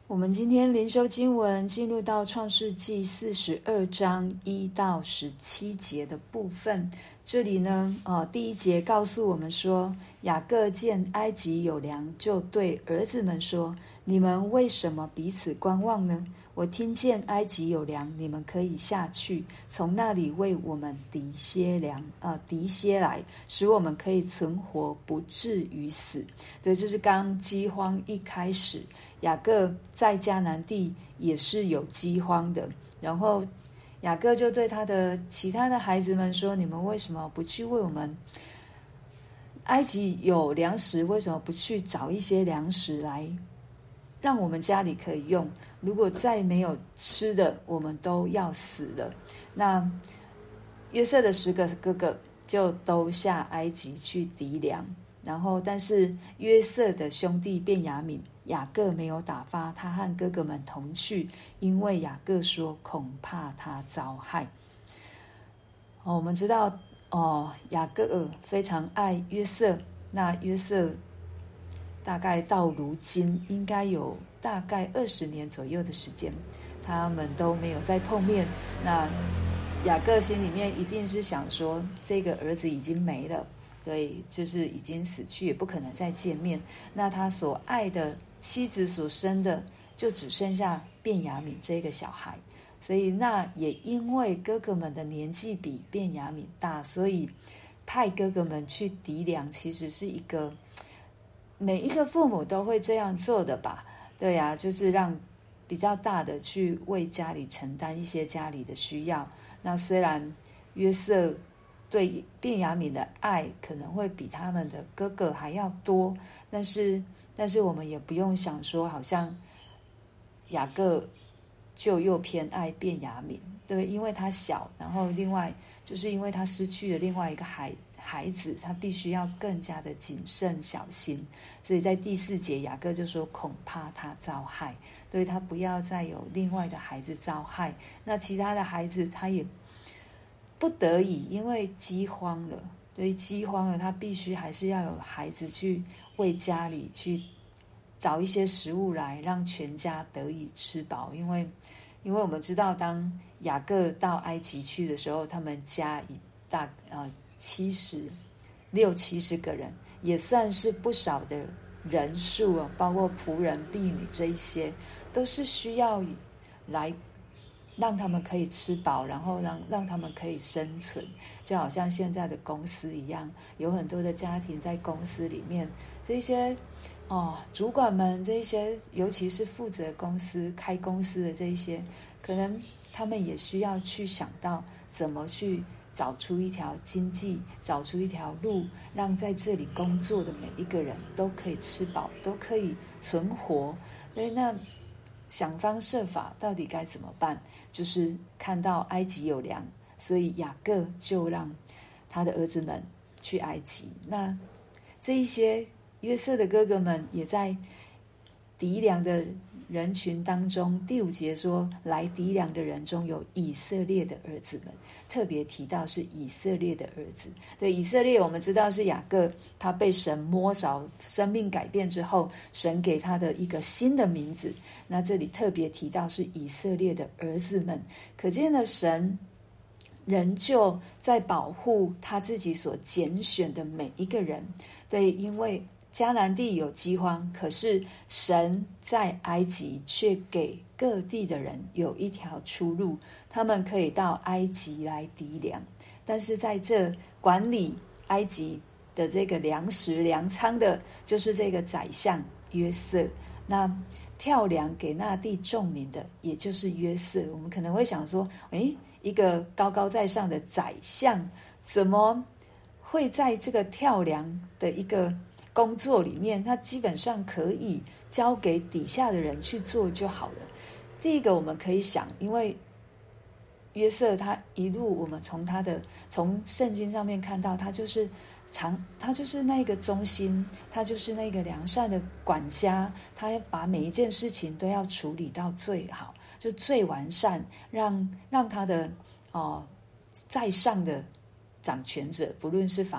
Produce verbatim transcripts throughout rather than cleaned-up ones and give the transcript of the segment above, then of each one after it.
我们今天灵修经文进入到创世纪四十二章一到十七节的部分。这里呢，呃，第一节告诉我们说，雅各见埃及有粮，就对儿子们说：你们为什么彼此观望呢？我听见埃及有粮，你们可以下去，从那里为我们糴些粮，呃，糴些来，使我们可以存活，不至于死。对，这是刚饥荒一开始，雅各在迦南地也是有饥荒的，然后雅各就对他的其他的孩子们说：你们为什么不去为我们埃及有粮食，为什么不去找一些粮食来让我们家里可以用？如果再没有吃的，我们都要死了。那约瑟的十个哥哥就都下埃及去糴粮，然后但是约瑟的兄弟便雅悯，雅各没有打发他和哥哥们同去，因为雅各说恐怕他遭害。哦，我们知道哦，雅各非常爱约瑟，那约瑟大概到如今应该有大概二十年左右的时间，他们都没有再碰面。那雅各心里面一定是想说，这个儿子已经没了，对，就是已经死去，也不可能再见面。那他所爱的妻子所生的，就只剩下便雅悯这个小孩。所以那也因为哥哥们的年纪比便雅悯大，所以派哥哥们去糴粮，其实是一个每一个父母都会这样做的吧？对呀、啊，就是让比较大的去为家里承担一些家里的需要。那虽然约瑟对便雅悯的爱可能会比他们的哥哥还要多，但是但是我们也不用想说好像雅各就又偏爱便雅悯，对，因为他小，然后另外就是因为他失去了另外一个孩孩子，他必须要更加的谨慎小心。所以在第四节雅各就说恐怕他遭害，对，他不要再有另外的孩子遭害。那其他的孩子他也不得已，因为饥荒了，对，饥荒了他必须还是要有孩子去为家里去找一些食物来让全家得以吃饱。因为因为我们知道当雅各到埃及去的时候，他们家已大呃七十六七十个人，也算是不少的人数哦，包括仆人婢女，这一些都是需要来让他们可以吃饱，然后让让他们可以生存。就好像现在的公司一样，有很多的家庭在公司里面，这些哦，主管们这些，尤其是负责公司开公司的这一些，可能他们也需要去想到怎么去找出一条经济，找出一条路，让在这里工作的每一个人都可以吃饱，都可以存活。所以那想方设法到底该怎么办？就是看到埃及有粮，所以雅各就让他的儿子们去埃及。那这一些约瑟的哥哥们也在糴粮的人群当中，第五节说来糴粮的人中有以色列的儿子们，特别提到是以色列的儿子。对，以色列我们知道是雅各他被神摸着，生命改变之后，神给他的一个新的名字。那这里特别提到是以色列的儿子们，可见了神仍旧在保护他自己所拣选的每一个人。对，因为迦南地有饥荒，可是神在埃及却给各地的人有一条出路，他们可以到埃及来糴粮。但是在这管理埃及的这个粮食粮仓的，就是这个宰相约瑟。那跳粮给那地众民的，也就是约瑟。我们可能会想说，诶，一个高高在上的宰相，怎么会在这个跳粮的一个工作里面，他基本上可以交给底下的人去做就好了。第一个我们可以想，因为约瑟他一路，我们从他的从圣经上面看到，他就是常他就是那个中心，他就是那个良善的管家，他把每一件事情都要处理到最好，就最完善，让让他的哦在上的掌权者，不论是法老，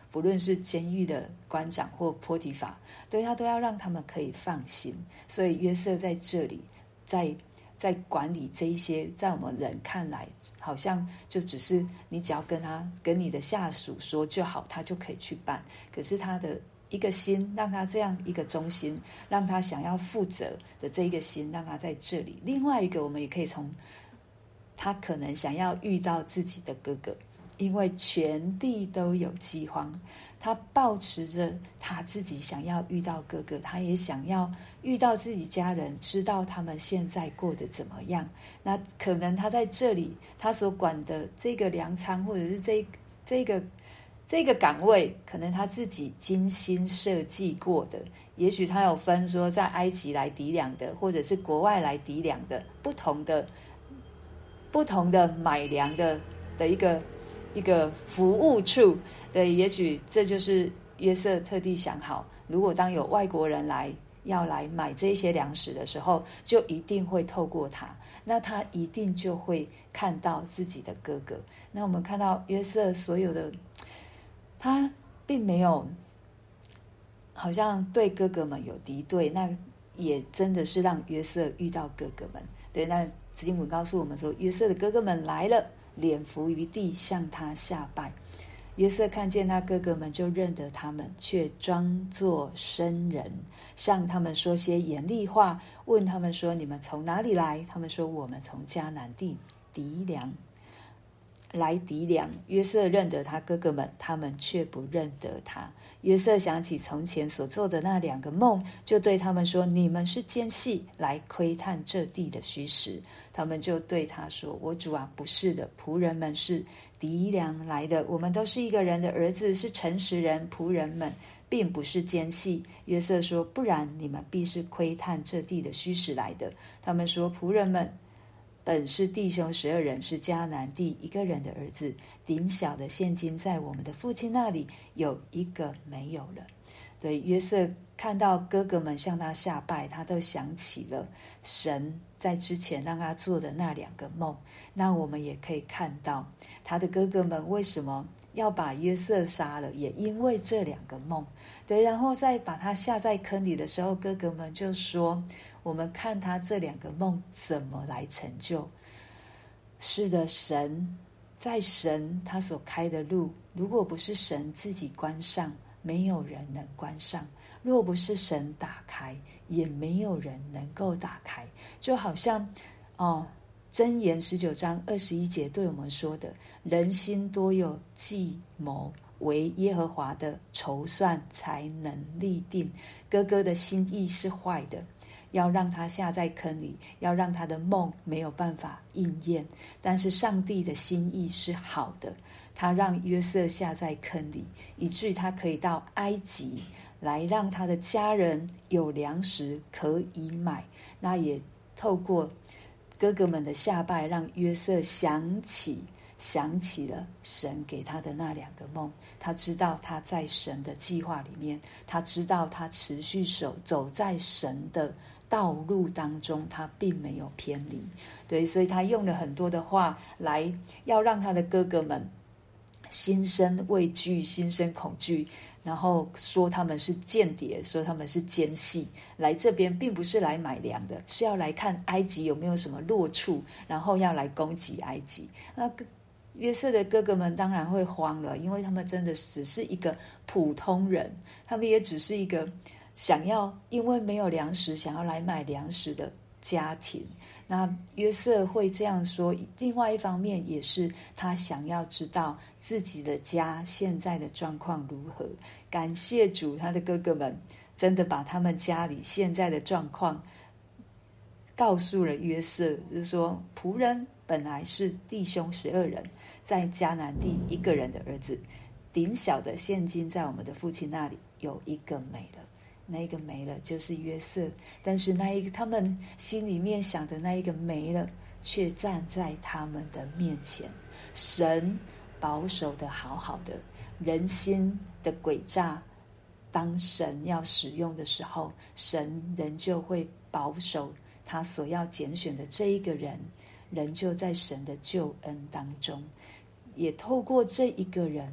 不论是监狱的官长或波提法，对他都要让他们可以放心。所以约瑟在这里，在在管理这一些，在我们人看来，好像就只是你只要跟他跟你的下属说就好，他就可以去办。可是他的一个心，让他这样一个忠心，让他想要负责的这一个心，让他在这里。另外一个，我们也可以从他可能想要遇到自己的哥哥，因为全地都有饥荒，他抱持着他自己想要遇到哥哥，他也想要遇到自己家人，知道他们现在过得怎么样。那可能他在这里，他所管的这个粮仓，或者是这这个这个岗位，可能他自己精心设计过的。也许他有分说，在埃及来抵粮的，或者是国外来抵粮的，不同的不同的买粮的的一个一个服务处。对，也许这就是约瑟特地想好，如果当有外国人来要来买这些粮食的时候，就一定会透过他，那他一定就会看到自己的哥哥。那我们看到约瑟所有的，他并没有好像对哥哥们有敌对，那也真的是让约瑟遇到哥哥们。对，那经文告诉我们说，约瑟的哥哥们来了，脸伏于地，向他下拜。约瑟看见他哥哥们，就认得他们，却装作生人，向他们说些严厉话，问他们说：“你们从哪里来？”他们说：“我们从迦南地籴粮来籴粮。”约瑟认得他哥哥们，他们却不认得他。约瑟想起从前所做的那两个梦，就对他们说：“你们是奸细，来窥探这地的虚实。”他们就对他说：“我主啊，不是的，仆人们是籴粮来的，我们都是一个人的儿子，是诚实人，仆人们并不是奸细。”约瑟说：“不然，你们必是窥探这地的虚实来的。”他们说：“仆人们本是弟兄十二人，是迦南地一个人的儿子，顶小的现今在我们的父亲那里，有一个没有了。”对，约瑟看到哥哥们向他下拜，他都想起了神在之前让他做的那两个梦。那我们也可以看到他的哥哥们为什么要把约瑟杀了，也因为这两个梦。对，然后再把他下在坑里的时候，哥哥们就说：“我们看他这两个梦怎么来成就。”是的，神在神他所开的路，如果不是神自己关上，没有人能关上；若不是神打开，也没有人能够打开。就好像哦，箴言十九章二十一节对我们说的：“人心多有计谋，为耶和华的筹算才能立定。”哥哥的心意是坏的，要让他下在坑里，要让他的梦没有办法应验。但是上帝的心意是好的，他让约瑟下在坑里，以至于他可以到埃及来，让他的家人有粮食可以买。那也透过哥哥们的下拜，让约瑟想起想起了神给他的那两个梦。他知道他在神的计划里面，他知道他持续走走在神的道路当中，他并没有偏离。对，所以他用了很多的话来要让他的哥哥们心生畏惧，心生恐惧，然后说他们是间谍，说他们是奸细，来这边并不是来买粮的，是要来看埃及有没有什么弱处，然后要来攻击埃及。那约瑟的哥哥们当然会慌了，因为他们真的只是一个普通人，他们也只是一个想要因为没有粮食想要来买粮食的家庭。那约瑟会这样说，另外一方面也是他想要知道自己的家现在的状况如何。感谢主，他的哥哥们真的把他们家里现在的状况告诉了约瑟，就是说仆人本来是弟兄十二人，在迦南地一个人的儿子，顶小的现今在我们的父亲那里有一个没了。那一个没了就是约瑟，但是那一个他们心里面想的那一个没了，却站在他们的面前。神保守的好好的，人心的诡诈，当神要使用的时候，神仍旧会保守他所要拣选的这一个人，仍旧在神的救恩当中，也透过这一个人，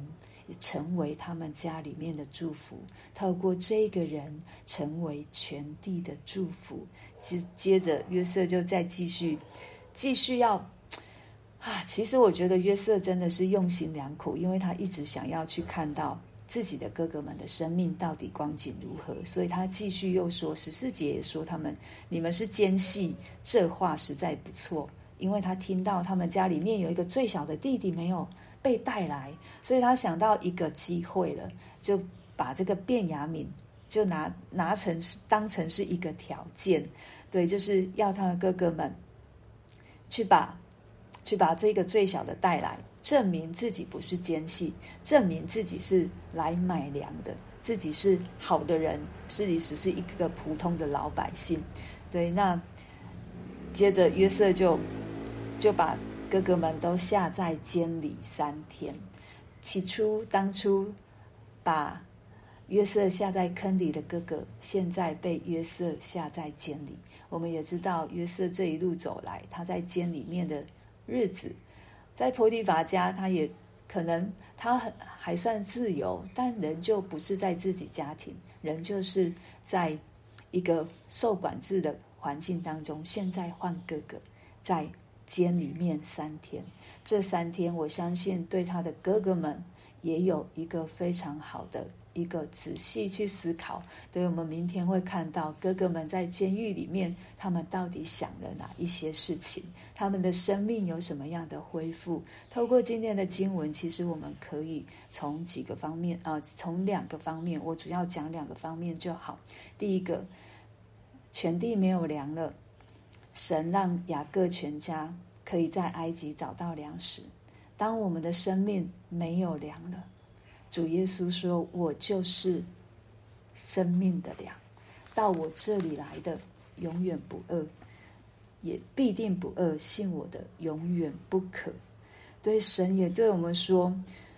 也成为他们家里面的祝福，透过这个人成为全地的祝福。接接着约瑟就再继续继续要啊，其实我觉得约瑟真的是用心良苦，因为他一直想要去看到自己的哥哥们的生命到底光景如何，所以他继续又说，十四节也说他们你们是奸细，这话实在不错。因为他听到他们家里面有一个最小的弟弟没有被带来，所以他想到一个机会了，就把这个便雅悯就拿拿成当成是一个条件，对，就是要他的哥哥们去把去把这个最小的带来，证明自己不是奸细，证明自己是来买粮的，自己是好的人，自己只是一个普通的老百姓。对，那接着约瑟就就把哥哥们都下在监里三天。起初当初把约瑟下在坑里的哥哥，现在被约瑟下在监里。我们也知道约瑟这一路走来，他在监里面的日子，在波提乏家，他也可能他很还算自由，但人就不是在自己家庭，人就是在一个受管制的环境当中。现在换哥哥在监里面三天，这三天我相信对他的哥哥们也有一个非常好的一个仔细去思考。对，我们明天会看到哥哥们在监狱里面，他们到底想了哪一些事情，他们的生命有什么样的恢复。透过今天的经文，其实我们可以从几个方面啊、呃，从两个方面，我主要讲两个方面就好。第一个，全地没有粮了，神让雅各全家可以在埃及找到粮食。当我们的生命没有粮了，主耶稣说，我就是生命的粮，到我这里来的永远不饿，也必定不饿，信我的永远不渴。对，神也对我们说，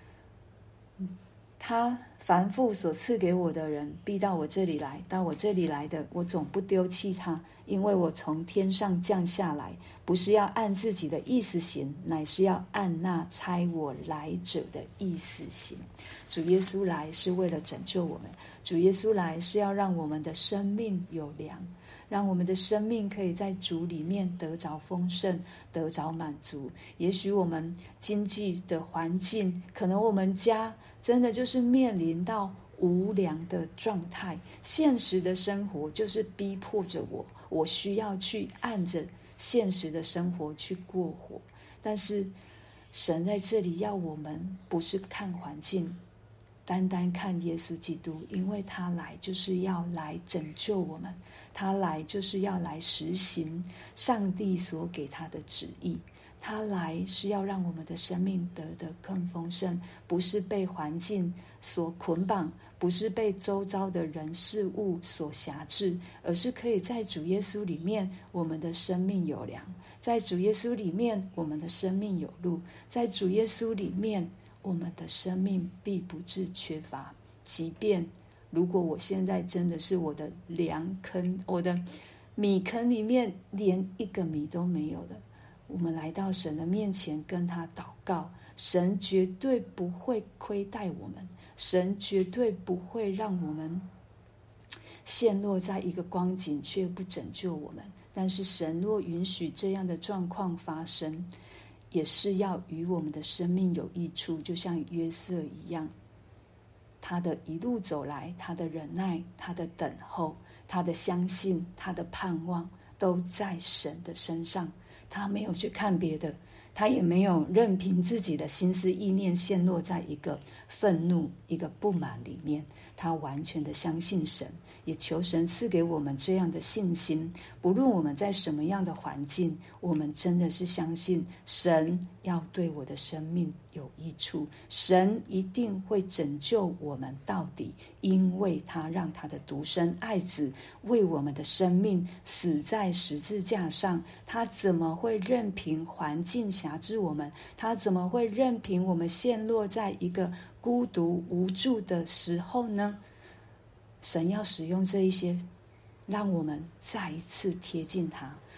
他凡父所赐给我的人必到我这里来，到我这里来的我总不丢弃他，因为我从天上降下来，不是要按自己的意思行，乃是要按那差我来者的意思行。主耶稣来是为了拯救我们，主耶稣来是要让我们的生命有粮，让我们的生命可以在主里面得着丰盛，得着满足。也许我们经济的环境，可能我们家真的就是面临到无粮的状态，现实的生活就是逼迫着我，我需要去按着现实的生活去过活。但是神在这里要我们不是看环境，单单看耶稣基督，因为他来就是要来拯救我们，他来就是要来实行上帝所给他的旨意，他来是要让我们的生命得得更丰盛，不是被环境所捆绑，不是被周遭的人事物所辖制，而是可以在主耶稣里面，我们的生命有粮，在主耶稣里面，我们的生命有路，在主耶稣里面，我们的生命必不致缺乏。即便如果我现在真的是我的粮坑，我的米坑里面连一个米都没有的，我们来到神的面前跟他祷告，神绝对不会亏待我们，神绝对不会让我们陷落在一个光景却不拯救我们。但是神若允许这样的状况发生，也是要与我们的生命有益处，就像约瑟一样，他的一路走来，他的忍耐，他的等候，他的相信，他的盼望，都在神的身上。他没有去看别的，他也没有任凭自己的心思意念陷落在一个愤怒、一个不满里面。他完全的相信神，也求神赐给我们这样的信心。不论我们在什么样的环境，我们真的是相信神要对我的生命有益处，神一定会拯救我们到底，因为他让他的独生爱子为我们的生命死在十字架上。他怎么会任凭环境辖制我们？他怎么会任凭我们陷落在一个孤独无助的时候呢？神要使用这一些，让我们再一次贴近他，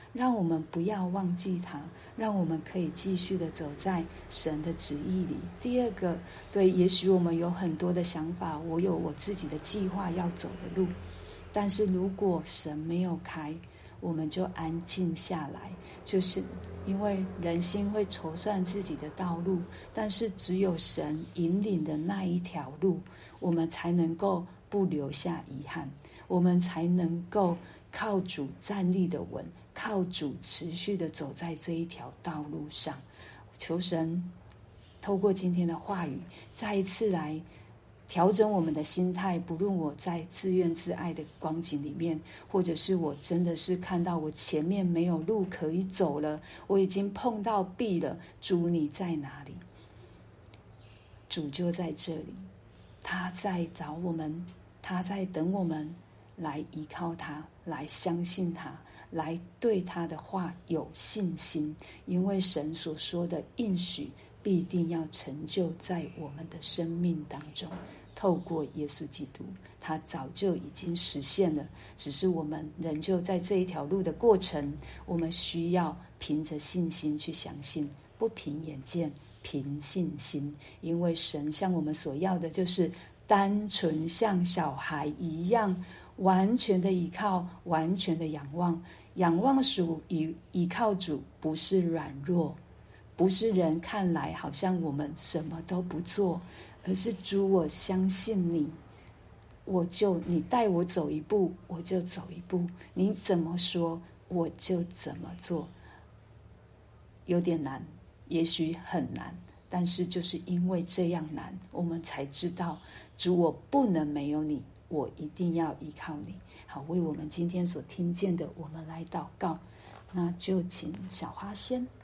让我们不要忘记他，让我们可以继续的走在神的旨意里。第二个，对，也许我们有很多的想法，我有我自己的计划要走的路，但是如果神没有开，我们就安静下来，就是因为人心会筹算自己的道路，但是只有神引领的那一条路，我们才能够不留下遗憾，我们才能够靠主站立的稳，靠主持续的走在这一条道路上。求神透过今天的话语再一次来调整我们的心态，不论我在自怨自艾的光景里面，或者是我真的是看到我前面没有路可以走了，我已经碰到壁了，主你在哪里？主就在这里，他在找我们，他在等我们来依靠他，来相信他，来对他的话有信心，因为神所说的应许必定要成就在我们的生命当中。透过耶稣基督，他早就已经实现了，只是我们仍旧在这一条路的过程，我们需要凭着信心去相信，不凭眼见，凭信心。因为神向我们所要的就是单纯像小孩一样，完全的依靠，完全的仰望。仰望主，依依靠主，不是软弱，不是人看来好像我们什么都不做，而是主，我相信你，我就你带我走一步，我就走一步，你怎么说我就怎么做。有点难，也许很难，但是就是因为这样难，我们才知道主，我不能没有你，我一定要依靠你。好，为我们今天所听见的，我们来祷告。那就请小花仙。